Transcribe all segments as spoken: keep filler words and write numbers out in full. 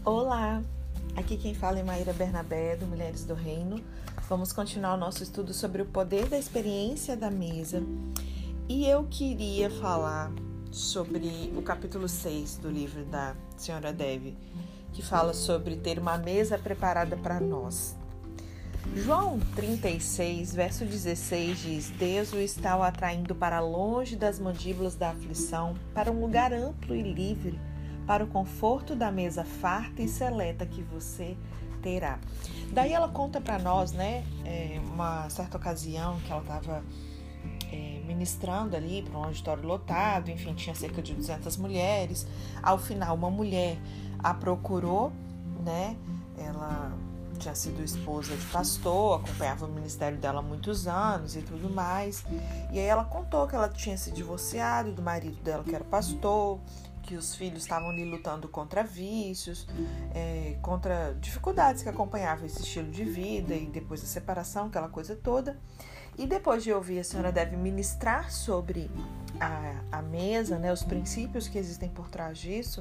Olá, aqui quem fala é Maíra Bernabé, do Mulheres do Reino. Vamos continuar o nosso estudo sobre o poder da experiência da mesa. E eu queria falar sobre o capítulo seis do livro da senhora Devi, que fala sobre ter uma mesa preparada para nós. João trinta e seis, verso dezesseis diz: Deus o está o atraindo para longe das mandíbulas da aflição, para um lugar amplo e livre, para o conforto da mesa farta e seleta que você terá. Daí ela conta para nós, né, é, uma certa ocasião que ela estava é, ministrando ali para um auditório lotado, enfim, tinha cerca de duzentas mulheres. Ao final, uma mulher a procurou, né, ela tinha sido esposa de pastor, acompanhava o ministério dela há muitos anos e tudo mais. E aí ela contou que ela tinha se divorciado do marido dela, que era pastor, que os filhos estavam ali lutando contra vícios, é, contra dificuldades que acompanhavam esse estilo de vida, e depois da separação, aquela coisa toda. E depois de ouvir a senhora Devi ministrar sobre a, a mesa, né, os princípios que existem por trás disso,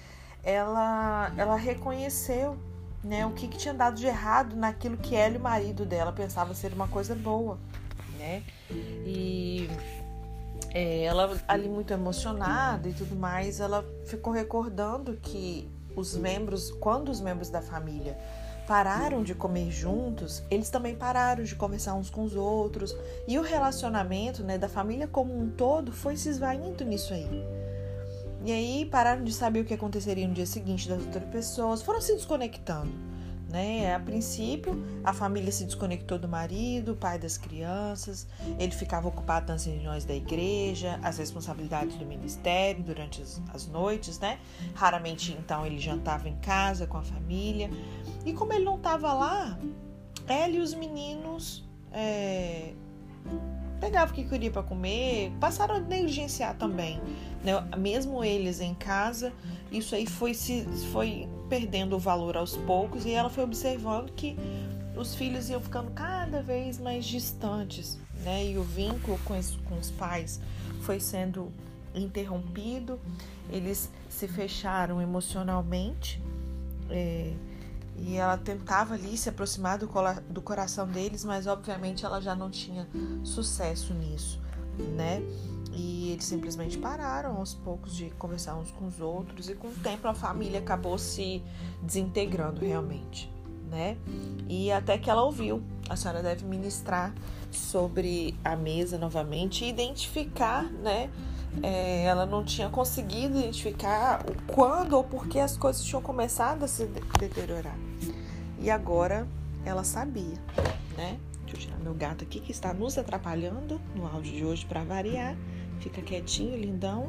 ela, ela reconheceu, né, o que, que tinha dado de errado naquilo que ela e o marido dela pensavam ser uma coisa boa, né? E é, ela ali muito emocionada e tudo mais, ela ficou recordando que os membros, quando os membros da família pararam de comer juntos, eles também pararam de conversar uns com os outros, e o relacionamento, né, da família como um todo foi se esvaindo nisso aí. E aí pararam de saber o que aconteceria no dia seguinte das outras pessoas, foram se desconectando, né? A princípio, a família se desconectou do marido, pai das crianças, ele ficava ocupado nas reuniões da igreja, as responsabilidades do ministério durante as, as noites, né? Raramente, então, ele jantava em casa com a família. E como ele não estava lá, ela e os meninos é, pegavam o que queria para comer, passaram a negligenciar também, né? Mesmo eles em casa, isso aí foi, se, foi perdendo o valor aos poucos, e ela foi observando que os filhos iam ficando cada vez mais distantes, né? E o vínculo com os, com os pais foi sendo interrompido, eles se fecharam emocionalmente, é, e ela tentava ali se aproximar do, do coração deles, mas obviamente ela já não tinha sucesso nisso, né? E eles simplesmente pararam aos poucos de conversar uns com os outros, e com o tempo a família acabou se desintegrando realmente, né? E até que ela ouviu a senhora Devi ministrar sobre a mesa novamente e identificar, né? É, ela não tinha conseguido identificar o quando ou por que as coisas tinham começado a se deteriorar. E agora ela sabia, né? Deixa eu tirar meu gato aqui que está nos atrapalhando no áudio de hoje para variar. Fica quietinho, lindão.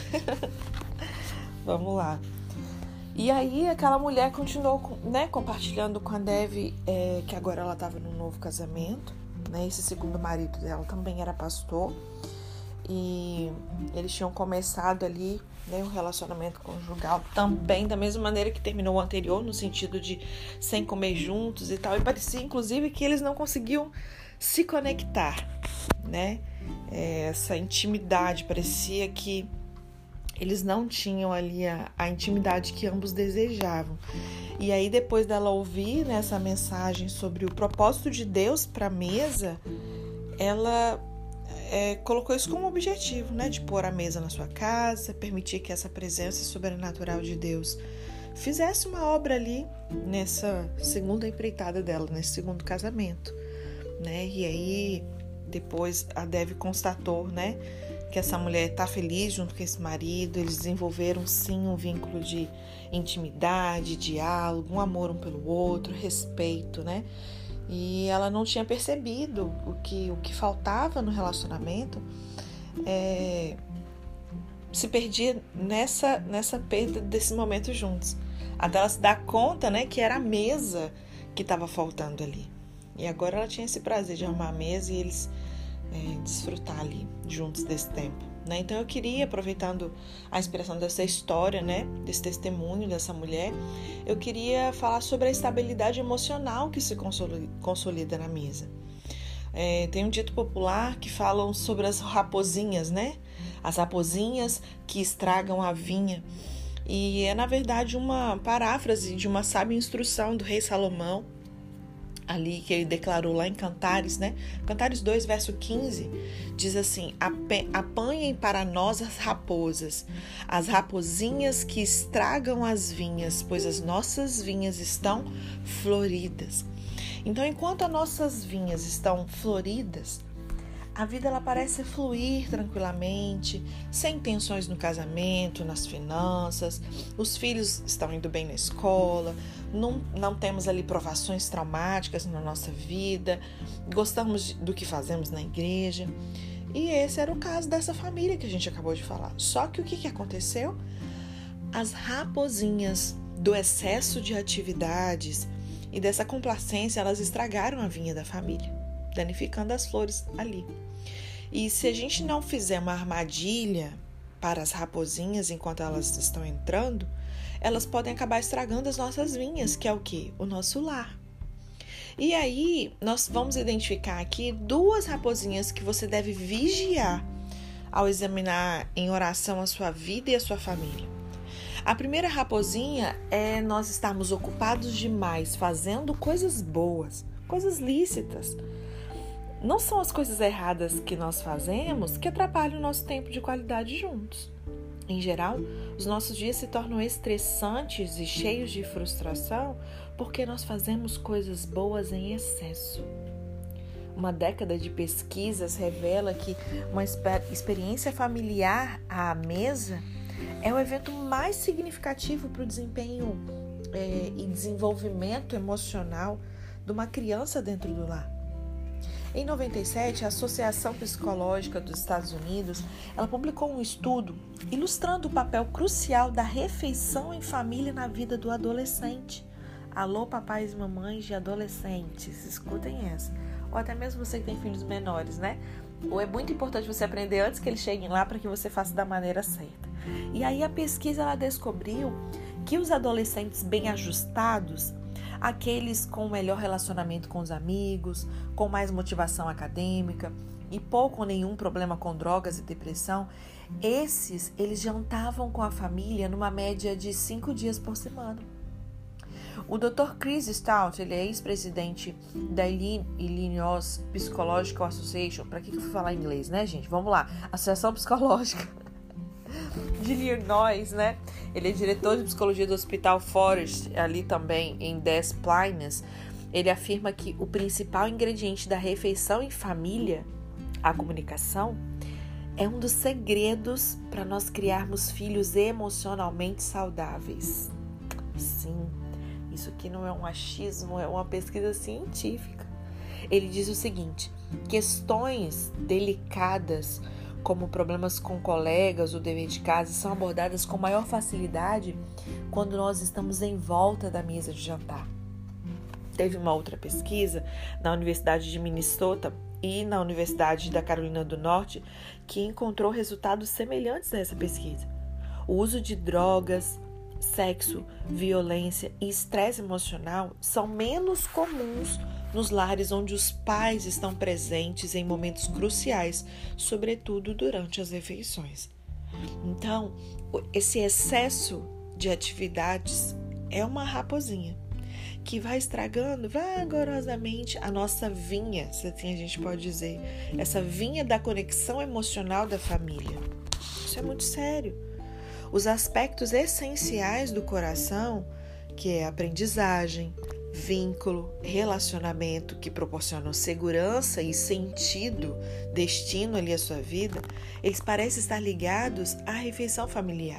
Vamos lá. E aí aquela mulher continuou, né, compartilhando com a Devi é, que agora ela estava num novo casamento, né? Esse segundo marido dela também era pastor. E eles tinham começado ali, né, um relacionamento conjugal também da mesma maneira que terminou o anterior, no sentido de sem comer juntos e tal, e parecia inclusive que eles não conseguiam se conectar, né? É, essa intimidade, parecia que eles não tinham ali a, a intimidade que ambos desejavam. E aí depois dela ouvir, né, essa mensagem sobre o propósito de Deus para a mesa, ela É, colocou isso como objetivo, né, de pôr a mesa na sua casa, permitir que essa presença sobrenatural de Deus fizesse uma obra ali nessa segunda empreitada dela, nesse segundo casamento, né? E aí depois a Devi constatou, né, que essa mulher está feliz junto com esse marido, eles desenvolveram sim um vínculo de intimidade, diálogo, um amor um pelo outro, respeito, né? E ela não tinha percebido o que, o que faltava no relacionamento, é, se perdia nessa, nessa perda desse momento juntos. Até ela se dar conta, né, que era a mesa que estava faltando ali. E agora ela tinha esse prazer de arrumar a mesa e eles é, desfrutar ali juntos desse tempo, né? Então eu queria, aproveitando a inspiração dessa história, né, desse testemunho dessa mulher, eu queria falar sobre a estabilidade emocional que se consolida na mesa. É, tem um dito popular que falam sobre as raposinhas, né? As raposinhas que estragam a vinha. E é, na verdade, uma paráfrase de uma sábia instrução do rei Salomão, ali que ele declarou lá em Cantares, né? Cantares dois, verso quinze, diz assim: apanhem para nós as raposas, as rapozinhas que estragam as vinhas, pois as nossas vinhas estão floridas. Então, enquanto as nossas vinhas estão floridas, a vida ela parece fluir tranquilamente, sem tensões no casamento, nas finanças, os filhos estão indo bem na escola, não, não temos ali provações traumáticas na nossa vida, gostamos do que fazemos na igreja. E esse era o caso dessa família que a gente acabou de falar. Só que o que, que aconteceu? As raposinhas do excesso de atividades e dessa complacência, elas estragaram a vinha da família, danificando as flores ali. E se a gente não fizer uma armadilha para as raposinhas enquanto elas estão entrando, elas podem acabar estragando as nossas vinhas, que é o quê? O nosso lar. E aí, nós vamos identificar aqui duas raposinhas que você deve vigiar ao examinar em oração a sua vida e a sua família. A primeira raposinha é nós estarmos ocupados demais, fazendo coisas boas, coisas lícitas. Não são as coisas erradas que nós fazemos que atrapalham o nosso tempo de qualidade juntos. Em geral, os nossos dias se tornam estressantes e cheios de frustração porque nós fazemos coisas boas em excesso. Uma década de pesquisas revela que uma experiência familiar à mesa é o evento mais significativo para o desempenho é, e desenvolvimento emocional de uma criança dentro do lar. Em noventa e sete, a Associação Psicológica dos Estados Unidos ela publicou um estudo ilustrando o papel crucial da refeição em família na vida do adolescente. Alô, papais e mamães de adolescentes, escutem essa. Ou até mesmo você que tem filhos menores, né? Ou é muito importante você aprender antes que eles cheguem lá para que você faça da maneira certa. E aí a pesquisa ela descobriu que os adolescentes bem ajustados, aqueles com melhor relacionamento com os amigos, com mais motivação acadêmica e pouco ou nenhum problema com drogas e depressão, esses eles jantavam com a família numa média de cinco dias por semana. O doutor Chris Stout, ele é ex-presidente da Illinois Psychological Association. Para que eu fui falar inglês, né, gente? Vamos lá. Associação Psicológica de Illinois, né? Ele é diretor de psicologia do Hospital Forest, ali também em Des Plaines. Ele afirma que o principal ingrediente da refeição em família, a comunicação, é um dos segredos para nós criarmos filhos emocionalmente saudáveis. Sim, isso aqui não é um achismo, é uma pesquisa científica. Ele diz o seguinte: questões delicadas como problemas com colegas ou dever de casa são abordadas com maior facilidade quando nós estamos em volta da mesa de jantar. Teve uma outra pesquisa na Universidade de Minnesota e na Universidade da Carolina do Norte que encontrou resultados semelhantes a essa pesquisa. O uso de drogas, sexo, violência e estresse emocional são menos comuns nos lares onde os pais estão presentes em momentos cruciais, sobretudo durante as refeições. Então, esse excesso de atividades é uma raposinha que vai estragando vagarosamente a nossa vinha, se assim a gente pode dizer, essa vinha da conexão emocional da família. Isso é muito sério. Os aspectos essenciais do coração, que é aprendizagem, vínculo, relacionamento que proporcionam segurança e sentido, destino ali à sua vida, eles parecem estar ligados à refeição familiar.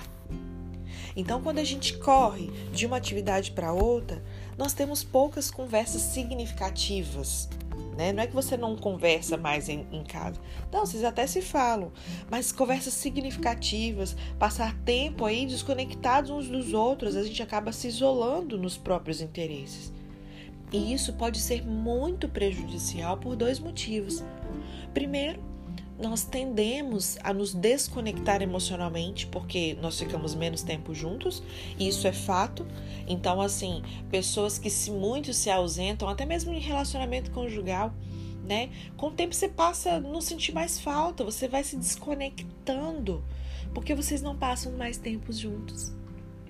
Então, quando a gente corre de uma atividade para outra, nós temos poucas conversas significativas, né? Não é que você não conversa mais em, em casa. Não, vocês até se falam, mas conversas significativas, passar tempo aí desconectados uns dos outros, a gente acaba se isolando nos próprios interesses. E isso pode ser muito prejudicial por dois motivos. Primeiro, nós tendemos a nos desconectar emocionalmente porque nós ficamos menos tempo juntos, e isso é fato. Então, assim, pessoas que se muito se ausentam, até mesmo em relacionamento conjugal, né? Com o tempo você passa a não sentir mais falta, você vai se desconectando, porque vocês não passam mais tempo juntos.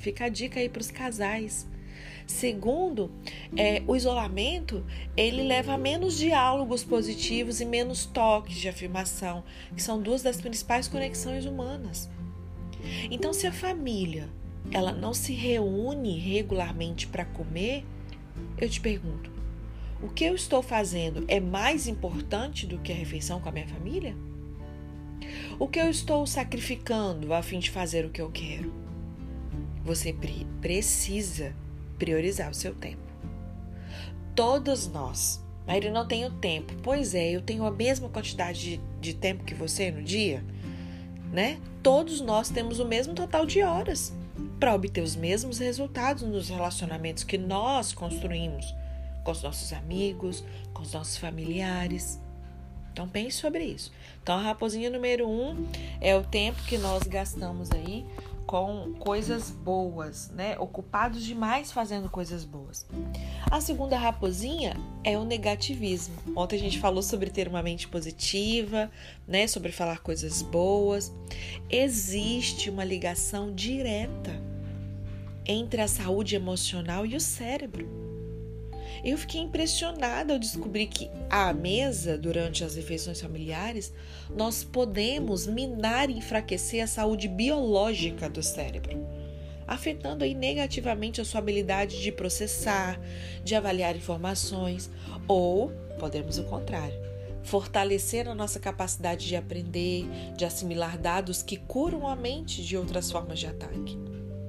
Fica a dica aí para os casais. Segundo, é, o isolamento, ele leva a menos diálogos positivos e menos toques de afirmação, que são duas das principais conexões humanas. Então, se a família ela não se reúne regularmente para comer, eu te pergunto, o que eu estou fazendo é mais importante do que a refeição com a minha família? O que eu estou sacrificando a fim de fazer o que eu quero? Você pre- precisa priorizar o seu tempo. Todos nós, mas eu não tenho tempo. Pois é, eu tenho a mesma quantidade de, de tempo que você no dia, né? Todos nós temos o mesmo total de horas para obter os mesmos resultados nos relacionamentos que nós construímos com os nossos amigos, com os nossos familiares. Então pense sobre isso. Então a raposinha número um é o tempo que nós gastamos aí com coisas boas, né? Ocupados demais fazendo coisas boas. A segunda raposinha é o negativismo. Ontem a gente falou sobre ter uma mente positiva, né? Sobre falar coisas boas. Existe uma ligação direta entre a saúde emocional e o cérebro. Eu fiquei impressionada ao descobrir que à mesa, durante as refeições familiares, nós podemos minar e enfraquecer a saúde biológica do cérebro, afetando aí negativamente a sua habilidade de processar, de avaliar informações, ou, podemos o contrário, fortalecer a nossa capacidade de aprender, de assimilar dados que curam a mente de outras formas de ataque.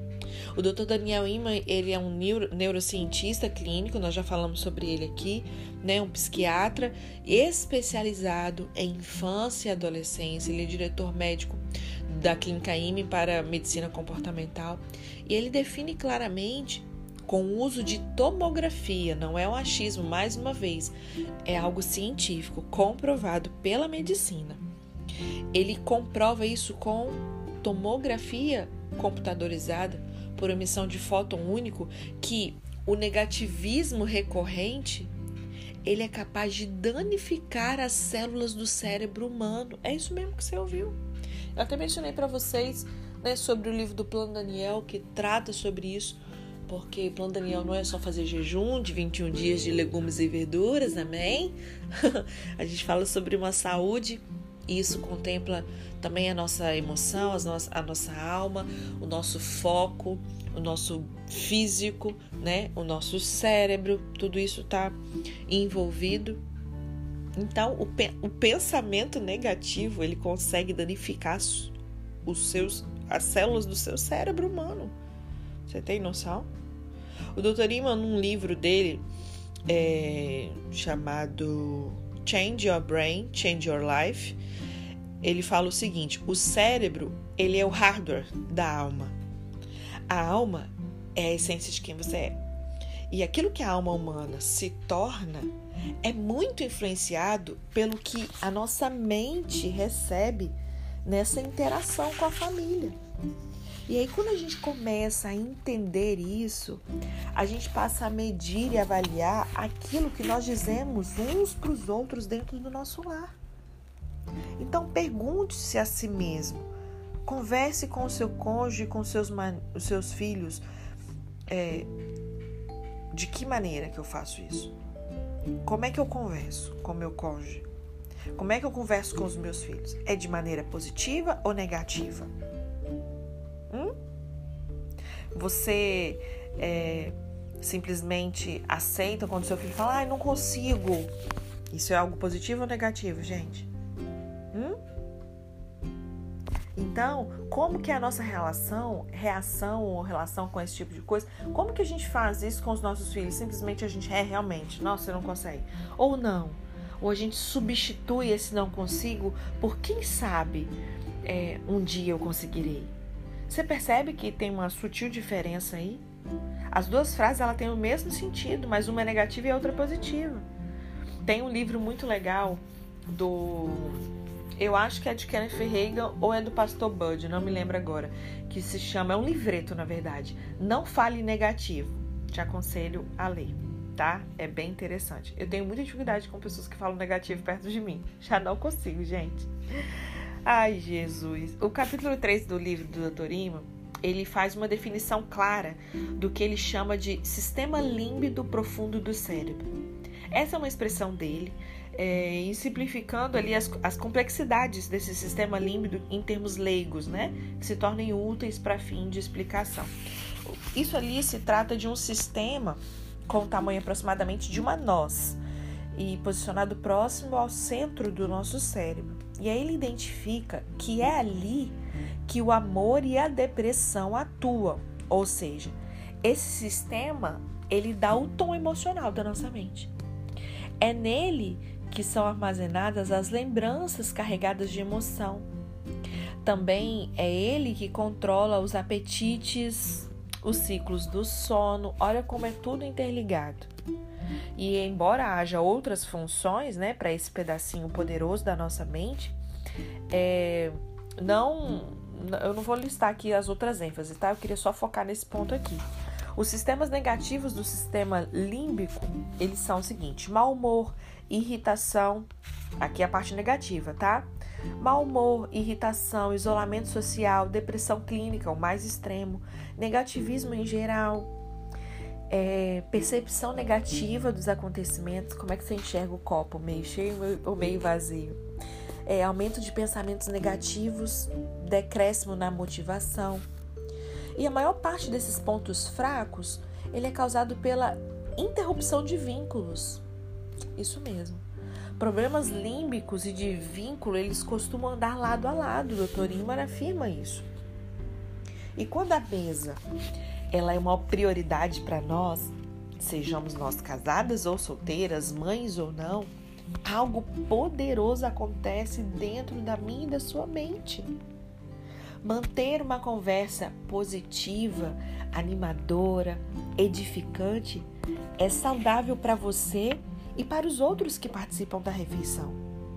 O doutor Daniel Inman, ele é um neuro, neurocientista clínico, nós já falamos sobre ele aqui, né? Um psiquiatra especializado em infância e adolescência. Ele é diretor médico da Clínica Inman para Medicina Comportamental. E ele define claramente, com o uso de tomografia, não é um achismo, mais uma vez, é algo científico, comprovado pela medicina. Ele comprova isso com tomografia computadorizada, por emissão de fóton único, que o negativismo recorrente, ele é capaz de danificar as células do cérebro humano. É isso mesmo que você ouviu. Eu até mencionei para vocês, né, sobre o livro do Plano Daniel, que trata sobre isso, porque o Plano Daniel não é só fazer jejum de vinte e um dias de legumes e verduras, amém? A gente fala sobre uma saúde, e isso contempla também a nossa emoção, a nossa, a nossa alma, o nosso foco, o nosso físico, né? O nosso cérebro, tudo isso está envolvido. Então, o, o pensamento negativo, ele consegue danificar os seus, as células do seu cérebro humano. Você tem noção? O doutor Inman, num livro dele, é, chamado Change Your Brain, Change Your Life, ele fala o seguinte: o cérebro, ele é o hardware da alma. A alma é a essência de quem você é. E aquilo que a alma humana se torna é muito influenciado pelo que a nossa mente recebe nessa interação com a família. E aí, quando a gente começa a entender isso, a gente passa a medir e avaliar aquilo que nós dizemos uns para os outros dentro do nosso lar. Então, pergunte-se a si mesmo, converse com o seu cônjuge, com os seus, os seus filhos, é, de que maneira que eu faço isso? Como é que eu converso com o meu cônjuge? Como é que eu converso com os meus filhos? É de maneira positiva ou negativa? Hum? Você é, simplesmente aceita quando seu filho fala, ah, não consigo. Isso é algo positivo ou negativo, gente? Hum? Então, como que é a nossa relação, reação ou relação com esse tipo de coisa, como que a gente faz isso com os nossos filhos? Simplesmente a gente é realmente, nossa, você não consegue. Ou não. Ou a gente substitui esse não consigo por quem sabe é, um dia eu conseguirei. Você percebe que tem uma sutil diferença aí? As duas frases ela têm o mesmo sentido, mas uma é negativa e a outra é positiva. Tem um livro muito legal do... Eu acho que é de Kenneth Reagan ou é do pastor Bud, não me lembro agora, que se chama, é um livreto na verdade, Não Fale Negativo. Te aconselho a ler, tá? É bem interessante. Eu tenho muita dificuldade com pessoas que falam negativo perto de mim. Já não consigo, gente. Ai, Jesus. O capítulo três do livro do doutor Inman, ele faz uma definição clara do que ele chama de sistema límbico profundo do cérebro. Essa é uma expressão dele, é, e simplificando ali as, as complexidades desse sistema límbico em termos leigos, né, que se tornem úteis para fim de explicação. Isso ali se trata de um sistema com o tamanho aproximadamente de uma noz e posicionado próximo ao centro do nosso cérebro. E aí ele identifica que é ali que o amor e a depressão atuam, ou seja, esse sistema ele dá o tom emocional da nossa mente. É nele que são armazenadas as lembranças carregadas de emoção. Também é ele que controla os apetites, os ciclos do sono. Olha como é tudo interligado. E embora haja outras funções, né, para esse pedacinho poderoso da nossa mente, é, não, eu não vou listar aqui as outras ênfases, tá? Eu queria só focar nesse ponto aqui. Os sistemas negativos do sistema límbico, eles são o seguinte: mau humor, irritação, aqui é a parte negativa, tá? Mau humor, irritação, isolamento social, depressão clínica, o mais extremo, negativismo em geral, é, percepção negativa dos acontecimentos, como é que você enxerga o copo, meio cheio ou meio vazio, é, aumento de pensamentos negativos, decréscimo na motivação. E a maior parte desses pontos fracos, ele é causado pela interrupção de vínculos. Isso mesmo. Problemas límbicos e de vínculo, eles costumam andar lado a lado. O doutor Inman afirma isso. E quando a mesa, ela é uma prioridade para nós, sejamos nós casadas ou solteiras, mães ou não, algo poderoso acontece dentro da minha e da sua mente. Manter uma conversa positiva, animadora, edificante é saudável para você e para os outros que participam da refeição.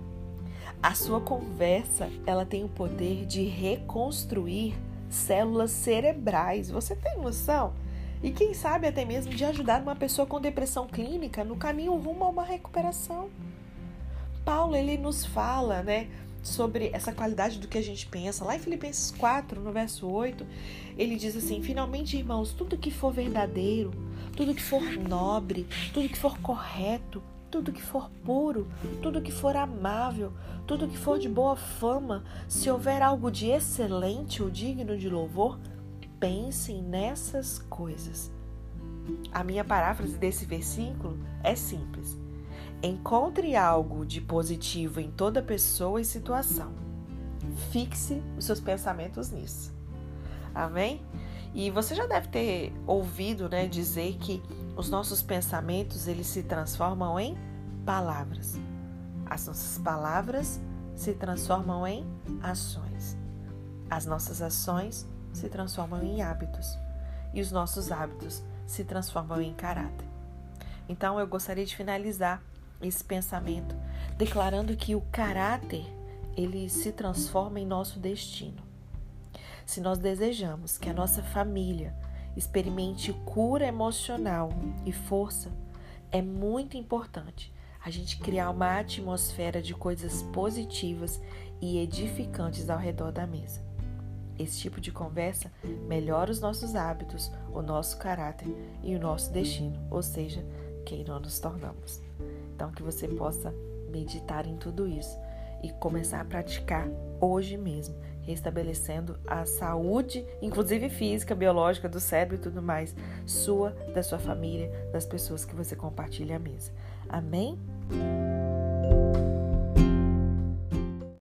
A sua conversa, ela tem o poder de reconstruir células cerebrais. Você tem noção? E quem sabe até mesmo de ajudar uma pessoa com depressão clínica no caminho rumo a uma recuperação. Paulo, ele nos fala, né, sobre essa qualidade do que a gente pensa. Lá em Filipenses quatro, no verso oito, ele diz assim: finalmente, irmãos, tudo que for verdadeiro, tudo que for nobre, tudo que for correto, tudo que for puro, tudo que for amável, tudo que for de boa fama, se houver algo de excelente ou digno de louvor, pensem nessas coisas. A minha paráfrase desse versículo é simples: encontre algo de positivo em toda pessoa e situação. Fixe os seus pensamentos nisso. Amém? E você já deve ter ouvido, né, dizer que os nossos pensamentos, eles se transformam em palavras. As nossas palavras se transformam em ações. As nossas ações se transformam em hábitos. E os nossos hábitos se transformam em caráter. Então, eu gostaria de finalizar esse pensamento declarando que o caráter, ele se transforma em nosso destino. Se nós desejamos que a nossa família experimente cura emocional e força, é muito importante a gente criar uma atmosfera de coisas positivas e edificantes ao redor da mesa. Esse tipo de conversa melhora os nossos hábitos, o nosso caráter e o nosso destino, ou seja, quem nós nos tornamos. Então, que você possa meditar em tudo isso e começar a praticar hoje mesmo, restabelecendo a saúde, inclusive física, biológica, do cérebro e tudo mais, sua, da sua família, das pessoas que você compartilha a mesa. Amém?